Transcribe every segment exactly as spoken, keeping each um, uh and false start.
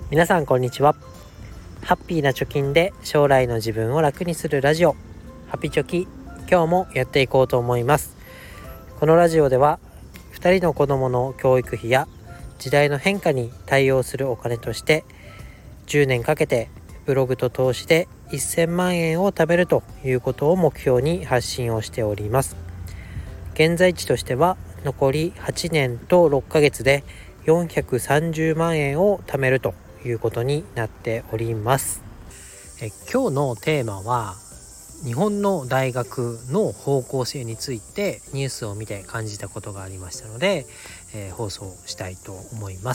皆さんこんにちは。ハッピーな貯金で将来の自分を楽にするラジオ、ハピチョキ、今日もやっていこうと思います。このラジオではふたりの子どもの教育費や時代の変化に対応するお金としてじゅうねんかけてブログと投資でせんまんえんを貯めるということを目標に発信をしております。現在地としては残りはちねんとろっかげつでよんひゃくさんじゅうまんえんを貯めるということになっております。え今日のテーマは日本の大学の方向性についてニュースを見て感じたことがありましたので、えー、放送したいと思います。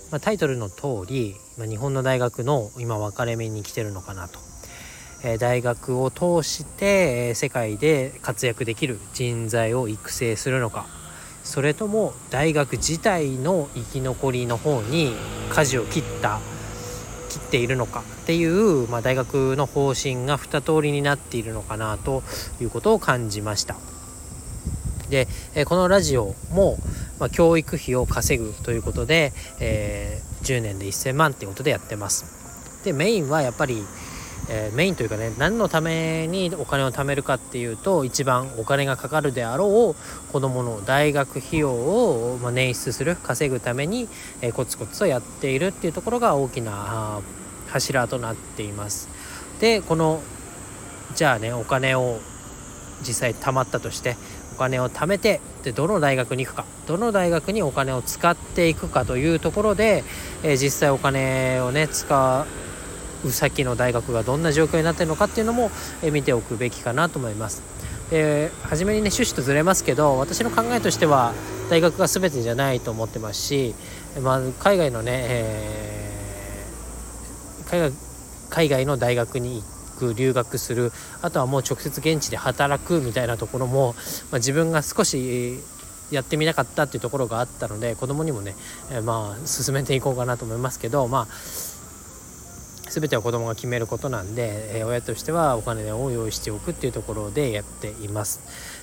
まあ、タイトルの通り、まあ、日本の大学の今分かれ目に来てるのかなと、えー、大学を通して、えー、世界で活躍できる人材を育成するのか、それとも大学自体の生き残りの方に舵を切った切っているのかっていう、まあ、大学の方針が二通りになっているのかなということを感じました。で、このラジオも、まあ、教育費を稼ぐということで、えー、じゅうねんでせんまんっていうことでやってます。でメインはやっぱりえー、メインというかね、何のためにお金を貯めるかっていうと、一番お金がかかるであろう子どもの大学費用を、まあ、捻出する稼ぐために、えー、コツコツとやっているっていうところが大きな柱となっています。でこのじゃあね、お金を実際貯まったとしてお金を貯めて、でどの大学に行くか、どの大学にお金を使っていくかというところで、えー、実際お金をね使う先の大学がどんな状況になっているのかっていうのも見ておくべきかなと思います。で初めにね趣旨とずれますけど、私の考えとしては大学が全てじゃないと思ってますし、まあ、海外のね、えー、海外、海外の大学に行く留学する、あとはもう直接現地で働くみたいなところも、まあ、自分が少しやってみなかったっていうところがあったので、子供にもね、えー、まあ進めていこうかなと思いますけど、まあ全ては子供が決めることなんで、えー、親としてはお金を用意しておくっていうところでやっています。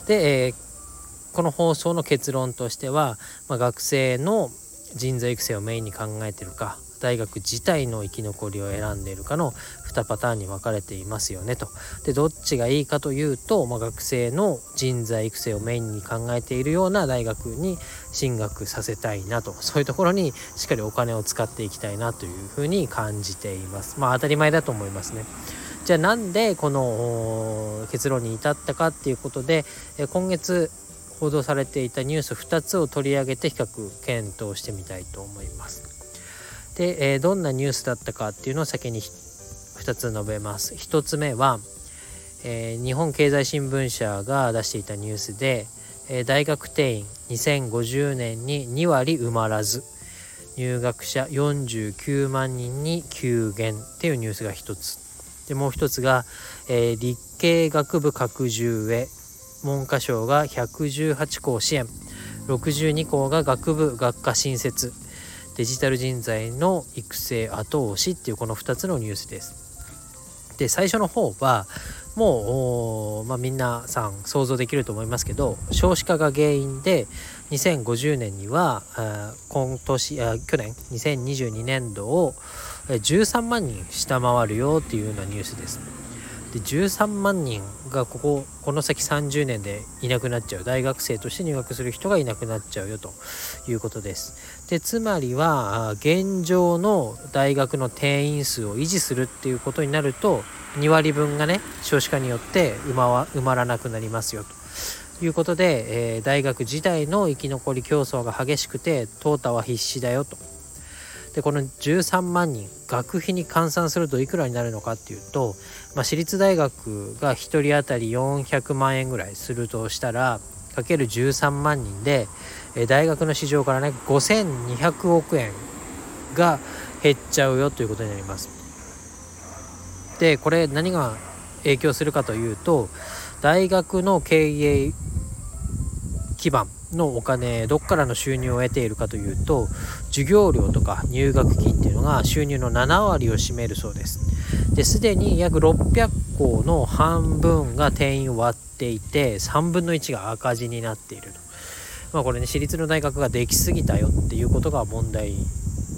で、えー、この放送の結論としては、まあ、学生の人材育成をメインに考えているか、大学自体の生き残りを選んでいるかのにパターンに分かれていますよねと。でどっちがいいかというと、まあ、学生の人材育成をメインに考えているような大学に進学させたいなと、そういうところにしっかりお金を使っていきたいなというふうに感じています。まあ当たり前だと思いますね。じゃあなんでこの結論に至ったかっていうことで、今月報道されていたニュースふたつを取り上げて比較検討してみたいと思います。で、えー、どんなニュースだったかっていうのを先にふたつ述べます。ひとつめは、えー、日本経済新聞社が出していたニュースで、えー、大学定員にせんごじゅうねんににわり埋まらず、入学者よんじゅうきゅうまんにんに急減っていうニュースがひとつで、もうひとつが、えー、理系学部拡充へ文科省がひゃくじゅうはちこう支援、ろくじゅうにこうが学部学科新設、デジタル人材の育成後押しっていうこのふたつのニュースです。で最初の方はもう、まあ、みんなさん想像できると思いますけど、少子化が原因でにせんごじゅうねんには今年あ去年にせんにじゅうにねんどをじゅうさんまんにん下回るよっていうようなニュースです。でじゅうさんまんにんがこここの先さんじゅうねんでいなくなっちゃう、大学生として入学する人がいなくなっちゃうよということです。でつまりは現状の大学の定員数を維持するっていうことになると、にわりぶんがね少子化によって埋まわ埋まらなくなりますよということで、えー、大学自体の生き残り競争が激しくて淘汰は必至だよと。でこのじゅうさんまんにん、学費に換算するといくらになるのかっていうと、まあ、私立大学がひとり当たりよんひゃくまんえんぐらいするとしたら、かけるじゅうさんまんにんで、えー、大学の市場からねごせんにひゃくおくえんが減っちゃうよということになります。でこれ何が影響するかというと、大学の経営基盤のお金、どっからの収入を得ているかというと、授業料とか入学金っていうのが収入のななわりを占めるそうです。ですでに約ろっぴゃっこうの半分が定員を割っていて、さんぶんのいちが赤字になっていると。まあこれね、私立の大学ができすぎたよっていうことが問題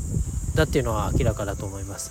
だっていうのは明らかだと思います。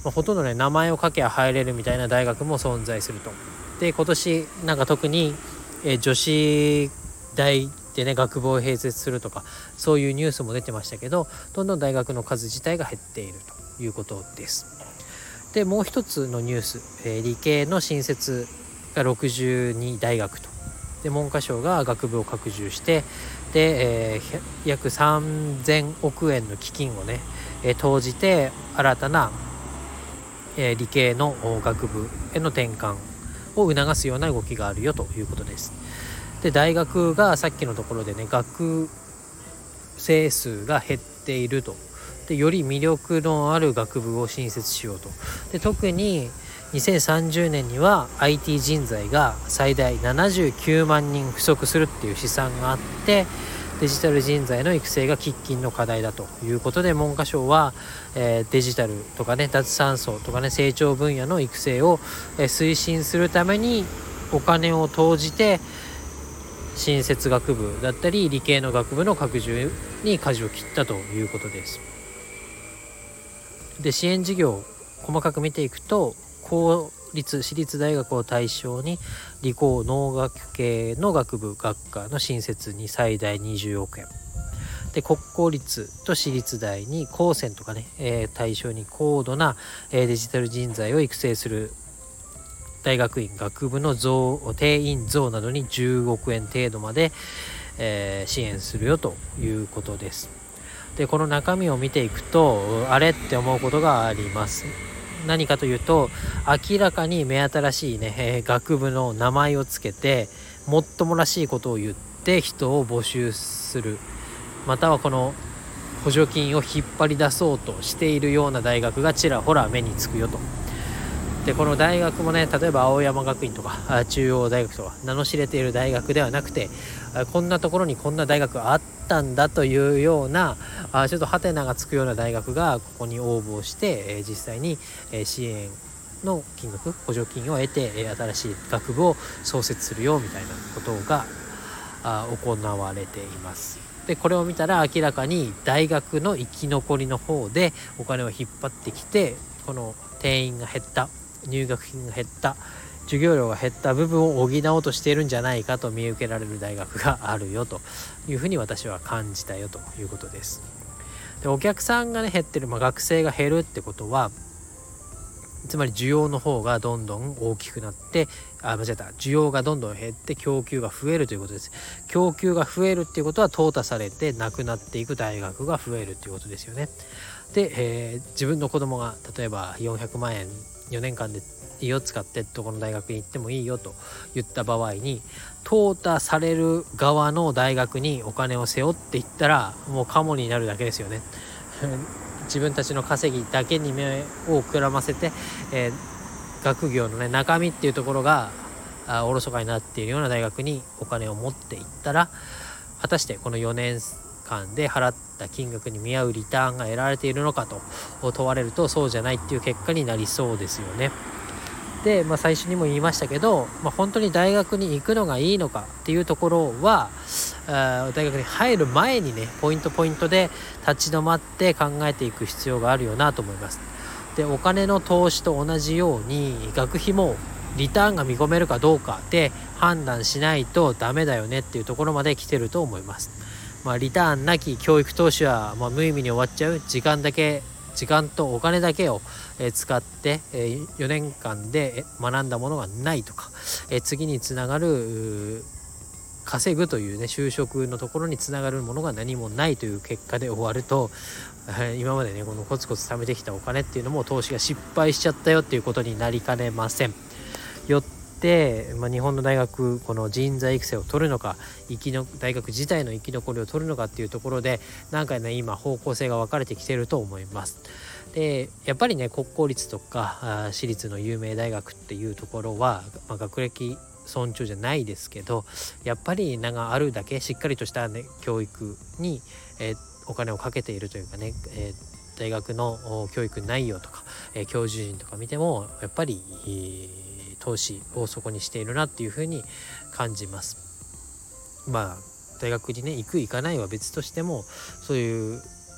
まあ、ほとんどね名前を書けば入れるみたいな大学も存在すると。で今年なんか特に、えー、女子大でね学部を併設するとかそういうニュースも出てましたけど、どんどん大学の数自体が減っているということです。でもう一つのニュース、えー、理系の新設がろくじゅうに大学と、で文科省が学部を拡充して、で、えー、約さんぜんおくえんの基金をね、えー、投じて新たな、えー、理系の学部への転換を促すような動きがあるよということです。で大学がさっきのところでね学生数が減っていると、でより魅力のある学部を新設しようと。で特ににせんさんじゅうねんには アイティー 人材が最大ななじゅうきゅうまんにん不足するっていう試算があって、デジタル人材の育成が喫緊の課題だということで、文科省は、えー、デジタルとかね脱炭素とかね成長分野の育成を、えー、推進するためにお金を投じて新設学部だったり理系の学部の拡充に舵を切ったということです。で支援事業を細かく見ていくと、公立私立大学を対象に理工農学系の学部学科の新設に最大にじゅうおくえんで、国公立と私立大に高専とかね、えー、対象に高度な、えー、デジタル人材を育成する大学院学部の増定員増などにじゅうおくえん程度まで、えー、支援するよということです。でこの中身を見ていくとあれって思うことがあります。何かというと、明らかに目新しいね、えー、学部の名前をつけてもっともらしいことを言って人を募集する、またはこの補助金を引っ張り出そうとしているような大学がちらほら目につくよと。でこの大学もね、例えば青山学院とか中央大学とか名の知れている大学ではなくて、こんなところにこんな大学があったんだというようなちょっとハテナがつくような大学がここに応募して、実際に支援の金額補助金を得て新しい学部を創設するよみたいなことが行われています。でこれを見たら明らかに大学の生き残りの方でお金を引っ張ってきて、この定員が減った、入学金が減った、授業料が減った部分を補おうとしているんじゃないかと見受けられる大学があるよというふうに私は感じたよということです。でお客さんがね減ってる、まあ、学生が減るってことは、つまり需要の方がどんどん大きくなって、あ、間違えた、需要がどんどん減って供給が増えるということです。供給が増えるっていうことは淘汰されてなくなっていく大学が増えるっていうことですよね。で、えー、自分の子供が例えばよんひゃくまんえんよねんかんでいいよ使ってどこの大学に行ってもいいよと言った場合に、淘汰される側の大学にお金を背負っていったらもうカモになるだけですよね。自分たちの稼ぎだけに目をくらませて、えー、学業のね中身っていうところがあおろそかになっているような大学にお金を持っていったら、果たしてこのよねんかんで払った金額に見合うリターンが得られているのかと問われると、そうじゃないっていう結果になりそうですよね。で、まあ、最初にも言いましたけど、まあ、本当に大学に行くのがいいのかっていうところは、大学に入る前にねポイントポイントで立ち止まって考えていく必要があるよなと思います。でお金の投資と同じように学費もリターンが見込めるかどうかで判断しないとダメだよねっていうところまで来てると思います。まあ、リターンなき教育投資は、まあ、無意味に終わっちゃう。時間だけ時間とお金だけを使ってよねんかんで学んだものがないとか、次につながる稼ぐというね就職のところにつながるものが何もないという結果で終わると、今までねこのコツコツ貯めてきたお金っていうのも投資が失敗しちゃったよっていうことになりかねません。よってまあ、日本の大学この人材育成を取るのか、生きの大学自体の生き残りを取るのかっていうところでなんかね今方向性が分かれてきていると思います。でやっぱりね国公立とか私立の有名大学っていうところは、まあ、学歴尊重じゃないですけど、やっぱり名があるだけしっかりとした、ね、教育に、えー、お金をかけているというかね、えー、大学の教育内容とか、えー、教授陣とか見てもやっぱり、えー投資をそこにしているなっていうふうに感じます。まあ大学にね行く行かないは別としても、そういう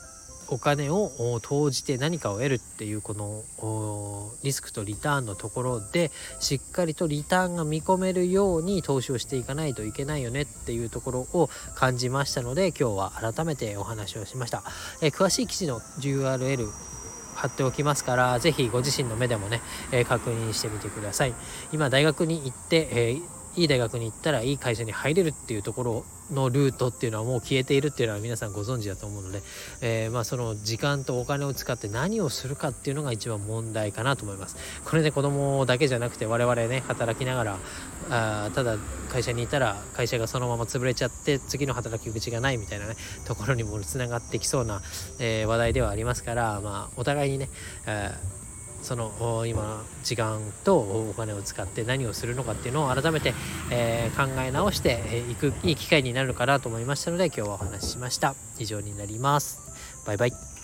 お金を投じて何かを得るっていうこのリスクとリターンのところでしっかりとリターンが見込めるように投資をしていかないといけないよねっていうところを感じましたので、今日は改めてお話をしました。えー、詳しい記事の ユーアールエル 貼っておきますから、ぜひご自身の目でもね、えー、確認してみてください。今大学に行って、えーいい大学に行ったらいい会社に入れるっていうところのルートっていうのはもう消えているっていうのは皆さんご存知だと思うので、えー、まあその時間とお金を使って何をするかっていうのが一番問題かなと思います。これね、子供だけじゃなくて我々ね、働きながらあただ会社にいたら会社がそのまま潰れちゃって次の働き口がないみたいなねところにもつながってきそうな、えー、話題ではありますから、まあお互いにね、えーその今時間とお金を使って何をするのかっていうのを改めて、えー、考え直していくいい機会になるのかなと思いましたので、今日はお話ししました。以上になります。バイバイ。